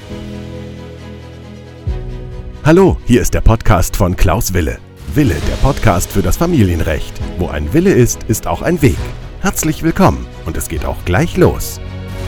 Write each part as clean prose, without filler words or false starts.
Hallo, hier ist der Podcast von Klaus Wille. Wille, der Podcast für das Familienrecht. Wo ein Wille ist, ist auch ein Weg. Herzlich willkommen und es geht auch gleich los.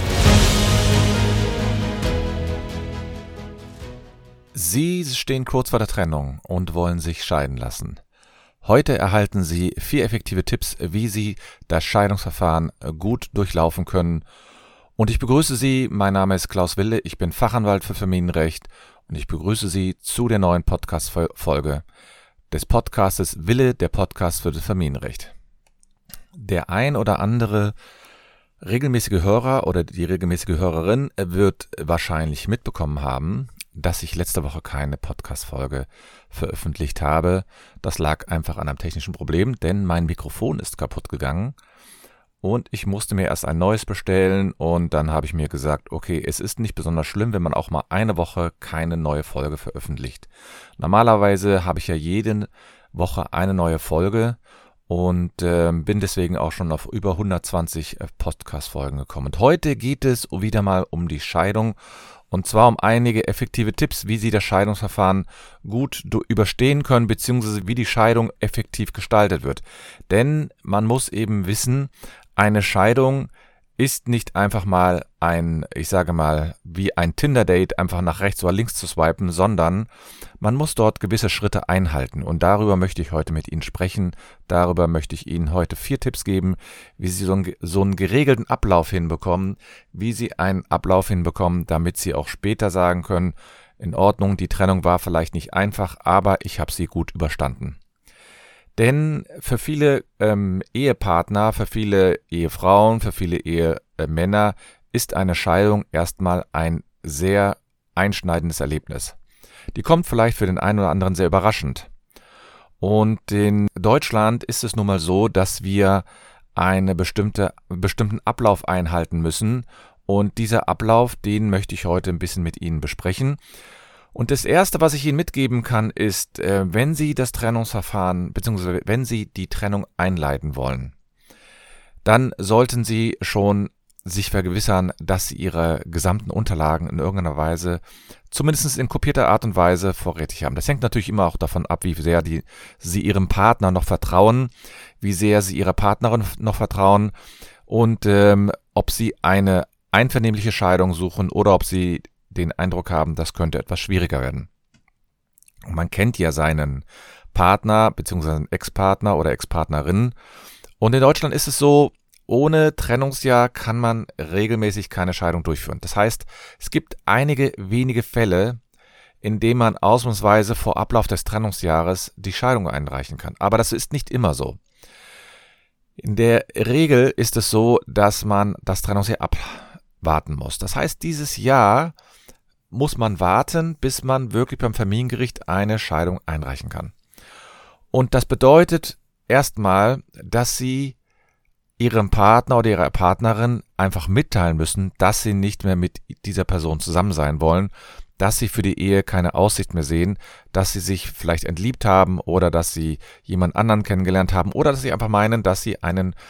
Sie stehen kurz vor der Trennung und wollen sich scheiden lassen. Heute erhalten Sie 4 effektive Tipps, wie Sie das Scheidungsverfahren gut durchlaufen können. Und ich begrüße Sie, mein Name ist Klaus Wille, ich bin Fachanwalt für Familienrecht und ich begrüße Sie zu der neuen Podcast-Folge des Podcastes Wille, der Podcast für das Familienrecht. Der ein oder andere regelmäßige Hörer oder die regelmäßige Hörerin wird wahrscheinlich mitbekommen haben, dass ich letzte Woche keine Podcast-Folge veröffentlicht habe. Das lag einfach an einem technischen Problem, denn mein Mikrofon ist kaputt gegangen und ich musste mir erst ein neues bestellen und dann habe ich mir gesagt, okay, es ist nicht besonders schlimm, wenn man auch mal eine Woche keine neue Folge veröffentlicht. Normalerweise habe ich ja jede Woche eine neue Folge und bin deswegen auch schon auf über 120 Podcast-Folgen gekommen. Und heute geht es wieder mal um die Scheidung. Und zwar um einige effektive Tipps, wie Sie das Scheidungsverfahren gut überstehen können, beziehungsweise wie die Scheidung effektiv gestaltet wird. Denn man muss eben wissen, eine Scheidung ist nicht einfach mal wie ein Tinder-Date einfach nach rechts oder links zu swipen, sondern man muss dort gewisse Schritte einhalten. Und darüber möchte ich heute mit Ihnen sprechen. Darüber möchte ich Ihnen heute 4 Tipps geben, wie Sie so einen geregelten Ablauf hinbekommen, damit Sie auch später sagen können, in Ordnung, die Trennung war vielleicht nicht einfach, aber ich habe sie gut überstanden. Denn für viele Ehepartner, für viele Ehefrauen, für viele Ehemänner ist eine Scheidung erstmal ein sehr einschneidendes Erlebnis. Die kommt vielleicht für den einen oder anderen sehr überraschend. Und in Deutschland ist es nun mal so, dass wir einen bestimmten Ablauf einhalten müssen. Und dieser Ablauf, den möchte ich heute ein bisschen mit Ihnen besprechen. Und das Erste, was ich Ihnen mitgeben kann, ist, wenn Sie das Trennungsverfahren bzw. wenn Sie die Trennung einleiten wollen, dann sollten Sie schon sich vergewissern, dass Sie Ihre gesamten Unterlagen in irgendeiner Weise, zumindest in kopierter Art und Weise, vorrätig haben. Das hängt natürlich immer auch davon ab, wie sehr Sie Ihrem Partner noch vertrauen, wie sehr Sie Ihrer Partnerin noch vertrauen und ob Sie eine einvernehmliche Scheidung suchen oder ob Sie den Eindruck haben, das könnte etwas schwieriger werden. Und man kennt ja seinen Partner bzw. einen Ex-Partner oder Ex-Partnerin. Und in Deutschland ist es so, ohne Trennungsjahr kann man regelmäßig keine Scheidung durchführen. Das heißt, es gibt einige wenige Fälle, in denen man ausnahmsweise vor Ablauf des Trennungsjahres die Scheidung einreichen kann. Aber das ist nicht immer so. In der Regel ist es so, dass man das Trennungsjahr abwarten muss. Das heißt, dieses Jahr muss man warten, bis man wirklich beim Familiengericht eine Scheidung einreichen kann. Und das bedeutet erstmal, dass Sie Ihrem Partner oder Ihrer Partnerin einfach mitteilen müssen, dass Sie nicht mehr mit dieser Person zusammen sein wollen, dass Sie für die Ehe keine Aussicht mehr sehen, dass Sie sich vielleicht entliebt haben oder dass Sie jemand anderen kennengelernt haben oder dass Sie einfach meinen, dass Sie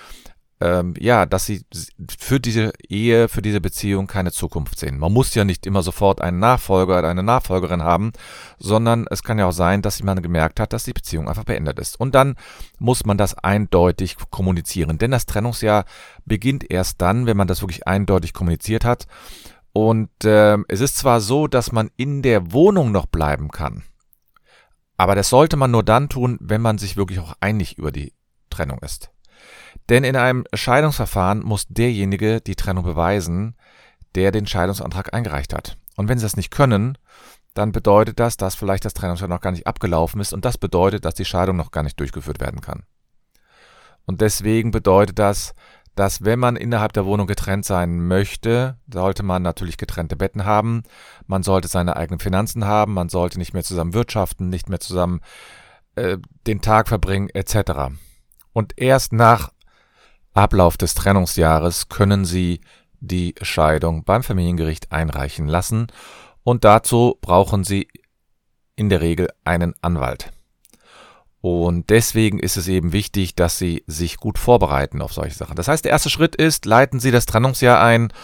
dass Sie für diese Ehe, für diese Beziehung keine Zukunft sehen. Man muss ja nicht immer sofort einen Nachfolger oder eine Nachfolgerin haben, sondern es kann ja auch sein, dass man gemerkt hat, dass die Beziehung einfach beendet ist. Und dann muss man das eindeutig kommunizieren, denn das Trennungsjahr beginnt erst dann, wenn man das wirklich eindeutig kommuniziert hat. Und es ist zwar so, dass man in der Wohnung noch bleiben kann, aber das sollte man nur dann tun, wenn man sich wirklich auch einig über die Trennung ist. Denn in einem Scheidungsverfahren muss derjenige die Trennung beweisen, der den Scheidungsantrag eingereicht hat. Und wenn Sie das nicht können, dann bedeutet das, dass vielleicht das Trennungsjahr noch gar nicht abgelaufen ist und das bedeutet, dass die Scheidung noch gar nicht durchgeführt werden kann. Und deswegen bedeutet das, dass wenn man innerhalb der Wohnung getrennt sein möchte, sollte man natürlich getrennte Betten haben, man sollte seine eigenen Finanzen haben, man sollte nicht mehr zusammen wirtschaften, nicht mehr zusammen den Tag verbringen etc. Und erst nach Ablauf des Trennungsjahres können Sie die Scheidung beim Familiengericht einreichen lassen und dazu brauchen Sie in der Regel einen Anwalt. Und deswegen ist es eben wichtig, dass Sie sich gut vorbereiten auf solche Sachen. Das heißt, der erste Schritt ist, leiten Sie das Trennungsjahr ein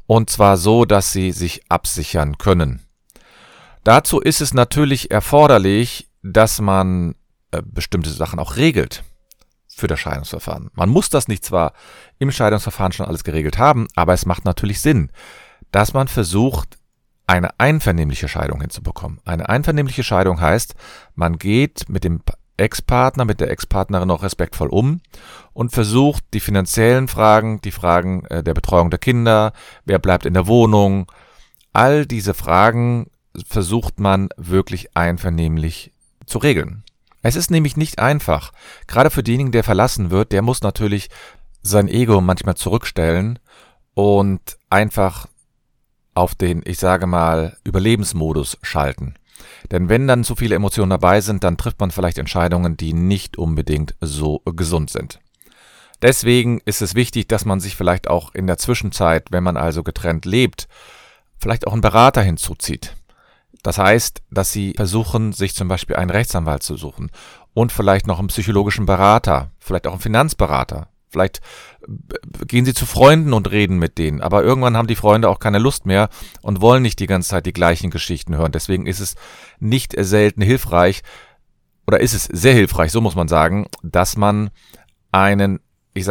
Und zwar so, dass sie sich absichern können. Dazu ist es natürlich erforderlich, dass man bestimmte Sachen auch regelt für das Scheidungsverfahren. Man muss das nicht zwar im Scheidungsverfahren schon alles geregelt haben, aber es macht natürlich Sinn, dass man versucht, eine einvernehmliche Scheidung hinzubekommen. Eine einvernehmliche Scheidung heißt, man geht mit dem Ex-Partner, mit der Ex-Partnerin auch respektvoll um und versucht, die finanziellen Fragen, die Fragen der Betreuung der Kinder, wer bleibt in der Wohnung, all diese Fragen versucht man wirklich einvernehmlich zu regeln. Es ist nämlich nicht einfach. Gerade für denjenigen, der verlassen wird, der muss natürlich sein Ego manchmal zurückstellen und einfach auf den, ich sage mal, Überlebensmodus schalten. Denn wenn dann zu viele Emotionen dabei sind, dann trifft man vielleicht Entscheidungen, die nicht unbedingt so gesund sind. Deswegen ist es wichtig, dass man sich vielleicht auch in der Zwischenzeit, wenn man also getrennt lebt, vielleicht auch einen Berater hinzuzieht. Das heißt, dass Sie versuchen, sich zum Beispiel einen Rechtsanwalt zu suchen und vielleicht noch einen psychologischen Berater, vielleicht auch einen Finanzberater. Vielleicht gehen Sie zu Freunden und reden mit denen, aber irgendwann haben die Freunde auch keine Lust mehr und wollen nicht die ganze Zeit die gleichen Geschichten hören. Deswegen ist es nicht selten hilfreich, oder ist es sehr hilfreich, so muss man sagen, dass man eine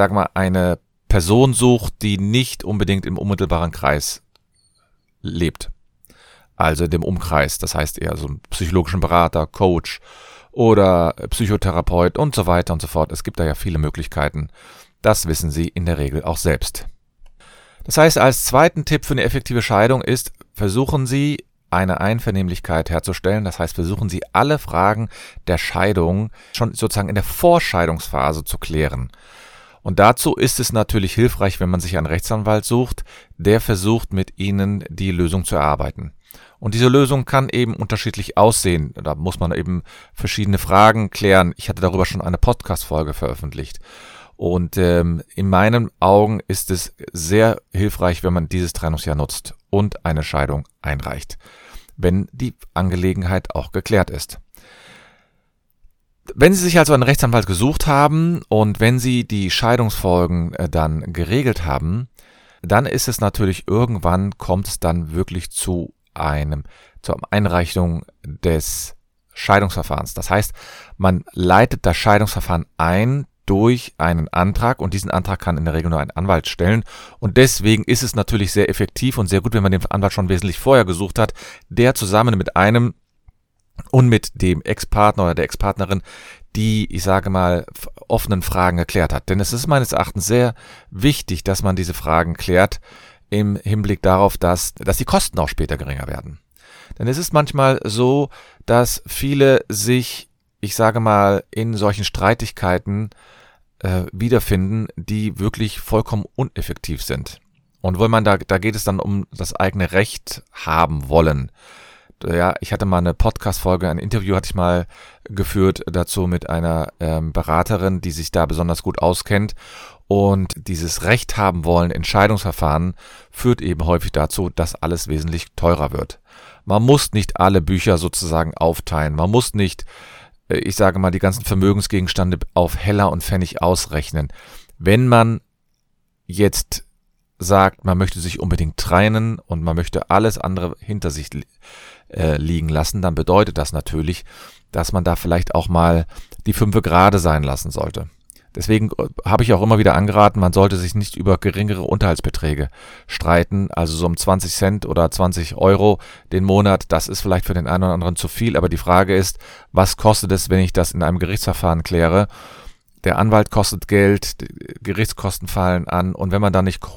Person sucht, die nicht unbedingt im unmittelbaren Kreis lebt. Also in dem Umkreis, das heißt eher so einen psychologischen Berater, Coach oder Psychotherapeut und so weiter und so fort. Es gibt da ja viele Möglichkeiten. Das wissen Sie in der Regel auch selbst. Das heißt, als zweiten Tipp für eine effektive Scheidung ist, versuchen Sie, eine Einvernehmlichkeit herzustellen. Das heißt, versuchen Sie, alle Fragen der Scheidung schon sozusagen in der Vorscheidungsphase zu klären. Und dazu ist es natürlich hilfreich, wenn man sich einen Rechtsanwalt sucht, der versucht, mit Ihnen die Lösung zu erarbeiten. Und diese Lösung kann eben unterschiedlich aussehen. Da muss man eben verschiedene Fragen klären. Ich hatte darüber schon eine Podcast-Folge veröffentlicht. Und in meinen Augen ist es sehr hilfreich, wenn man dieses Trennungsjahr nutzt und eine Scheidung einreicht, wenn die Angelegenheit auch geklärt ist. Wenn Sie sich also einen Rechtsanwalt gesucht haben und wenn Sie die Scheidungsfolgen dann geregelt haben, dann ist es natürlich irgendwann, kommt es dann wirklich zur Einreichung des Scheidungsverfahrens. Das heißt, man leitet das Scheidungsverfahren ein durch einen Antrag und diesen Antrag kann in der Regel nur ein Anwalt stellen und deswegen ist es natürlich sehr effektiv und sehr gut, wenn man den Anwalt schon wesentlich vorher gesucht hat, der zusammen mit einem und mit dem Ex-Partner oder der Ex-Partnerin die, ich sage mal, offenen Fragen geklärt hat. Denn es ist meines Erachtens sehr wichtig, dass man diese Fragen klärt im Hinblick darauf, dass die Kosten auch später geringer werden. Denn es ist manchmal so, dass viele sich, ich sage mal, in solchen Streitigkeiten wiederfinden, die wirklich vollkommen uneffektiv sind. Und wenn man da geht es dann um das eigene Recht haben wollen. Ja, ich hatte mal eine Podcast-Folge, ein Interview hatte ich mal geführt dazu mit einer Beraterin, die sich da besonders gut auskennt. Und dieses Recht haben wollen, Entscheidungsverfahren, führt eben häufig dazu, dass alles wesentlich teurer wird. Man muss nicht alle Bücher sozusagen aufteilen. Man muss nicht, ich sage mal, die ganzen Vermögensgegenstände auf Heller und Pfennig ausrechnen. Wenn man jetzt sagt, man möchte sich unbedingt trennen und man möchte alles andere hinter sich liegen lassen, dann bedeutet das natürlich, dass man da vielleicht auch mal die 5 gerade sein lassen sollte. Deswegen habe ich auch immer wieder angeraten, man sollte sich nicht über geringere Unterhaltsbeträge streiten, also so um 20 Cent oder 20 Euro den Monat, das ist vielleicht für den einen oder anderen zu viel, aber die Frage ist, was kostet es, wenn ich das in einem Gerichtsverfahren kläre? Der Anwalt kostet Geld, Gerichtskosten fallen an und wenn man da nicht zu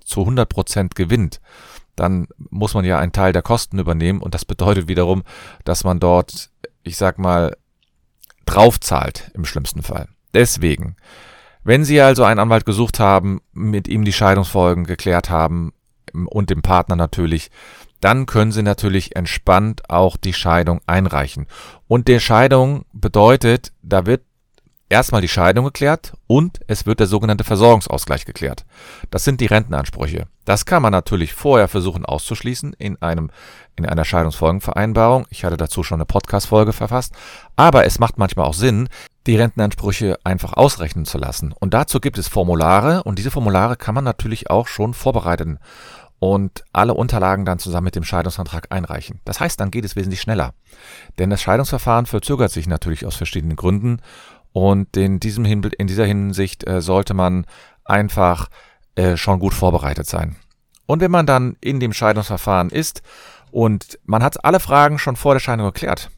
100% gewinnt, dann muss man ja einen Teil der Kosten übernehmen und das bedeutet wiederum, dass man dort, ich sag mal, draufzahlt im schlimmsten Fall. Deswegen, wenn Sie also einen Anwalt gesucht haben, mit ihm die Scheidungsfolgen geklärt haben und dem Partner natürlich, dann können Sie natürlich entspannt auch die Scheidung einreichen. Und die Scheidung bedeutet, da wird erstmal die Scheidung geklärt und es wird der sogenannte Versorgungsausgleich geklärt. Das sind die Rentenansprüche. Das kann man natürlich vorher versuchen auszuschließen in einer Scheidungsfolgenvereinbarung. Ich hatte dazu schon eine Podcast-Folge verfasst. Aber es macht manchmal auch Sinn, die Rentenansprüche einfach ausrechnen zu lassen. Und dazu gibt es Formulare und diese Formulare kann man natürlich auch schon vorbereiten. und alle Unterlagen dann zusammen mit dem Scheidungsantrag einreichen. Das heißt, dann geht es wesentlich schneller. Denn das Scheidungsverfahren verzögert sich natürlich aus verschiedenen Gründen und in dieser Hinsicht sollte man einfach schon gut vorbereitet sein. Und wenn man dann in dem Scheidungsverfahren ist und man hat alle Fragen schon vor der Scheidung geklärt,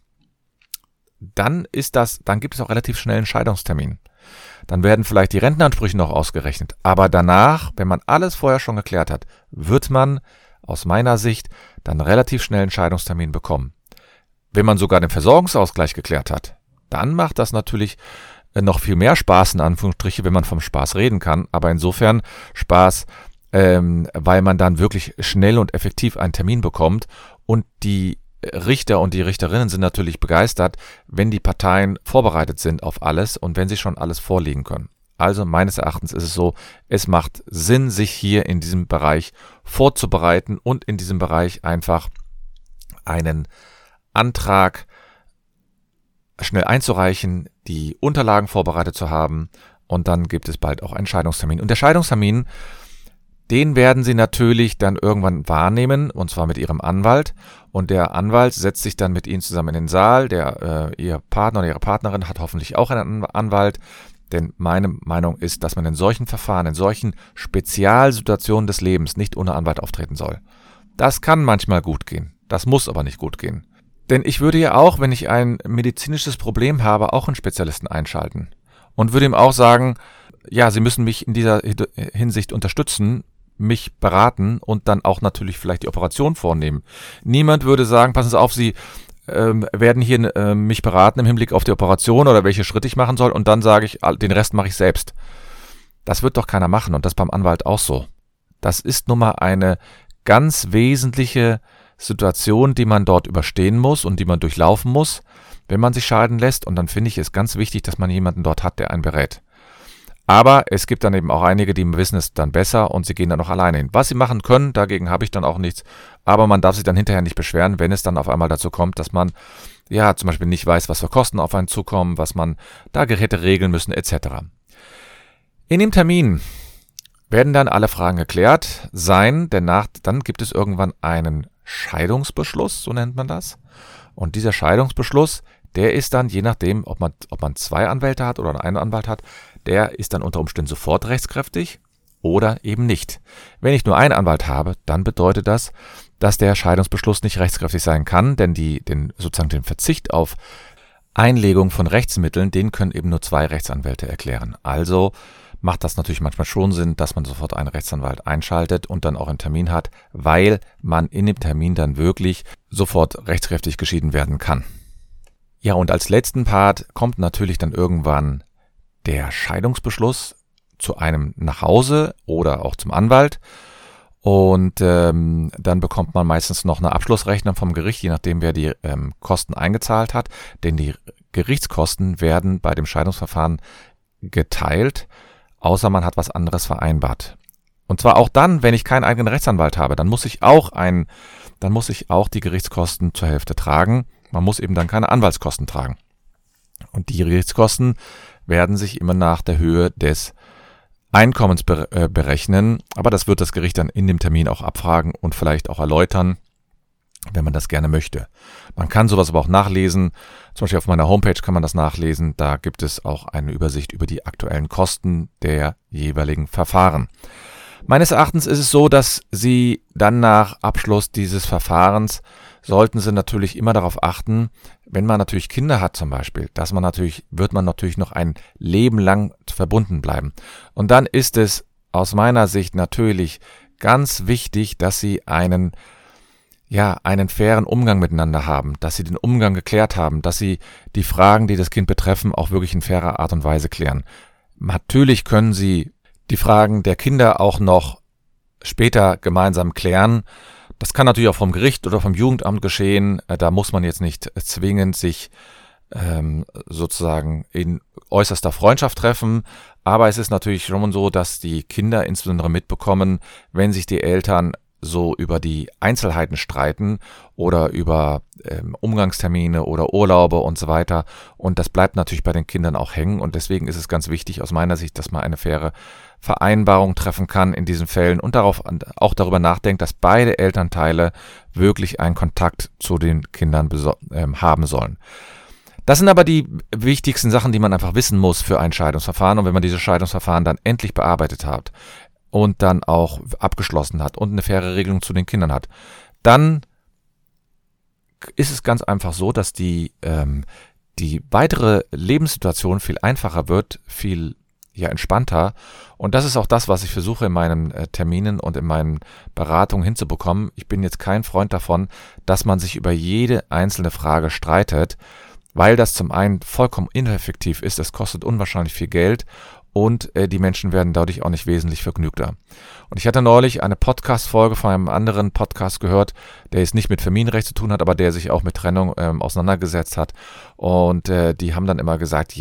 dann gibt es auch relativ schnell einen Scheidungstermin. Dann werden vielleicht die Rentenansprüche noch ausgerechnet. Aber danach, wenn man alles vorher schon geklärt hat, wird man aus meiner Sicht dann relativ schnell einen Scheidungstermin bekommen. Wenn man sogar den Versorgungsausgleich geklärt hat, dann macht das natürlich noch viel mehr Spaß, in Anführungsstriche, wenn man vom Spaß reden kann. Aber insofern Spaß, weil man dann wirklich schnell und effektiv einen Termin bekommt und die Richter und die Richterinnen sind natürlich begeistert, wenn die Parteien vorbereitet sind auf alles und wenn sie schon alles vorlegen können. Also meines Erachtens ist es so, es macht Sinn, sich hier in diesem Bereich vorzubereiten und in diesem Bereich einfach einen Antrag schnell einzureichen, die Unterlagen vorbereitet zu haben und dann gibt es bald auch einen Scheidungstermin. Und der Scheidungstermin, den werden Sie natürlich dann irgendwann wahrnehmen, und zwar mit Ihrem Anwalt. Und der Anwalt setzt sich dann mit Ihnen zusammen in den Saal. Ihr Partner oder Ihre Partnerin hat hoffentlich auch einen Anwalt. Denn meine Meinung ist, dass man in solchen Verfahren, in solchen Spezialsituationen des Lebens nicht ohne Anwalt auftreten soll. Das kann manchmal gut gehen. Das muss aber nicht gut gehen. Denn ich würde ja auch, wenn ich ein medizinisches Problem habe, auch einen Spezialisten einschalten. Und würde ihm auch sagen, ja, Sie müssen mich in dieser Hinsicht unterstützen, mich beraten und dann auch natürlich vielleicht die Operation vornehmen. Niemand würde sagen, passen Sie auf, Sie werden hier mich beraten im Hinblick auf die Operation oder welche Schritte ich machen soll und dann sage ich, den Rest mache ich selbst. Das wird doch keiner machen und das beim Anwalt auch so. Das ist nun mal eine ganz wesentliche Situation, die man dort überstehen muss und die man durchlaufen muss, wenn man sich scheiden lässt und dann finde ich es ganz wichtig, dass man jemanden dort hat, der einen berät. Aber es gibt dann eben auch einige, die wissen es dann besser und sie gehen dann auch alleine hin. Was sie machen können, dagegen habe ich dann auch nichts. Aber man darf sich dann hinterher nicht beschweren, wenn es dann auf einmal dazu kommt, dass man ja zum Beispiel nicht weiß, was für Kosten auf einen zukommen, was man da Geräte regeln müssen etc. In dem Termin werden dann alle Fragen geklärt sein, denn dann gibt es irgendwann einen Scheidungsbeschluss, so nennt man das. Und dieser Scheidungsbeschluss, der ist dann, je nachdem, ob man 2 Anwälte hat oder einen Anwalt hat, der ist dann unter Umständen sofort rechtskräftig oder eben nicht. Wenn ich nur einen Anwalt habe, dann bedeutet das, dass der Scheidungsbeschluss nicht rechtskräftig sein kann, denn den Verzicht auf Einlegung von Rechtsmitteln, den können eben nur 2 Rechtsanwälte erklären. Also macht das natürlich manchmal schon Sinn, dass man sofort einen Rechtsanwalt einschaltet und dann auch einen Termin hat, weil man in dem Termin dann wirklich sofort rechtskräftig geschieden werden kann. Ja, und als letzten Part kommt natürlich dann irgendwann der Scheidungsbeschluss zu einem nach Hause oder auch zum Anwalt und dann bekommt man meistens noch eine Abschlussrechnung vom Gericht, je nachdem wer die Kosten eingezahlt hat, denn die Gerichtskosten werden bei dem Scheidungsverfahren geteilt, außer man hat was anderes vereinbart. Und zwar auch dann, wenn ich keinen eigenen Rechtsanwalt habe, dann muss ich auch die Gerichtskosten zur Hälfte tragen. Man muss eben dann keine Anwaltskosten tragen. Und die Gerichtskosten werden sich immer nach der Höhe des Einkommens berechnen, aber das wird das Gericht dann in dem Termin auch abfragen und vielleicht auch erläutern, wenn man das gerne möchte. Man kann sowas aber auch nachlesen, zum Beispiel auf meiner Homepage kann man das nachlesen, da gibt es auch eine Übersicht über die aktuellen Kosten der jeweiligen Verfahren. Meines Erachtens ist es so, dass Sie dann nach Abschluss dieses Verfahrens sollten Sie natürlich immer darauf achten, wenn man natürlich Kinder hat zum Beispiel, wird man natürlich noch ein Leben lang verbunden bleiben. Und dann ist es aus meiner Sicht natürlich ganz wichtig, dass Sie einen fairen Umgang miteinander haben, dass Sie den Umgang geklärt haben, dass Sie die Fragen, die das Kind betreffen, auch wirklich in fairer Art und Weise klären. Natürlich können Sie die Fragen der Kinder auch noch später gemeinsam klären. Das kann natürlich auch vom Gericht oder vom Jugendamt geschehen. Da muss man jetzt nicht zwingend sich sozusagen in äußerster Freundschaft treffen. Aber es ist natürlich schon so, dass die Kinder insbesondere mitbekommen, wenn sich die Eltern so über die Einzelheiten streiten oder über Umgangstermine oder Urlaube und so weiter. Und das bleibt natürlich bei den Kindern auch hängen. Und deswegen ist es ganz wichtig aus meiner Sicht, dass man eine faire Vereinbarung treffen kann in diesen Fällen und auch darüber nachdenkt, dass beide Elternteile wirklich einen Kontakt zu den Kindern haben sollen. Das sind aber die wichtigsten Sachen, die man einfach wissen muss für ein Scheidungsverfahren. Und wenn man dieses Scheidungsverfahren dann endlich bearbeitet hat und dann auch abgeschlossen hat und eine faire Regelung zu den Kindern hat, dann ist es ganz einfach so, dass die weitere Lebenssituation viel einfacher wird, viel entspannter. Und das ist auch das, was ich versuche in meinen Terminen und in meinen Beratungen hinzubekommen. Ich bin jetzt kein Freund davon, dass man sich über jede einzelne Frage streitet, weil das zum einen vollkommen ineffektiv ist, es kostet unwahrscheinlich viel Geld und die Menschen werden dadurch auch nicht wesentlich vergnügter. Und ich hatte neulich eine Podcast-Folge von einem anderen Podcast gehört, der jetzt nicht mit Familienrecht zu tun hat, aber der sich auch mit Trennung auseinandergesetzt hat. Und die haben dann immer gesagt,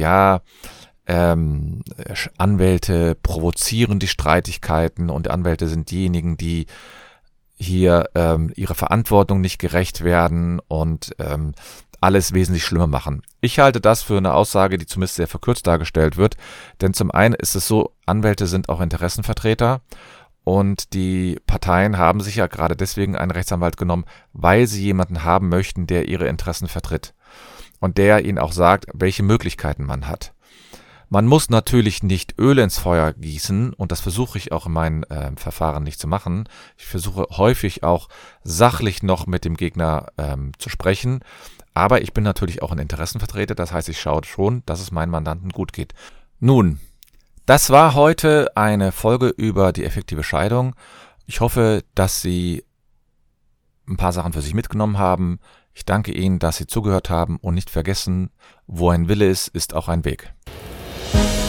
Anwälte provozieren die Streitigkeiten und Anwälte sind diejenigen, die hier ihrer Verantwortung nicht gerecht werden und alles wesentlich schlimmer machen. Ich halte das für eine Aussage, die zumindest sehr verkürzt dargestellt wird, denn zum einen ist es so, Anwälte sind auch Interessenvertreter und die Parteien haben sich ja gerade deswegen einen Rechtsanwalt genommen, weil sie jemanden haben möchten, der ihre Interessen vertritt und der ihnen auch sagt, welche Möglichkeiten man hat. Man muss natürlich nicht Öl ins Feuer gießen und das versuche ich auch in meinen Verfahren nicht zu machen. Ich versuche häufig auch sachlich noch mit dem Gegner zu sprechen, aber ich bin natürlich auch ein Interessenvertreter, das heißt, ich schaue schon, dass es meinen Mandanten gut geht. Nun, das war heute eine Folge über die effektive Scheidung. Ich hoffe, dass Sie ein paar Sachen für sich mitgenommen haben. Ich danke Ihnen, dass Sie zugehört haben und nicht vergessen, wo ein Wille ist, ist auch ein Weg.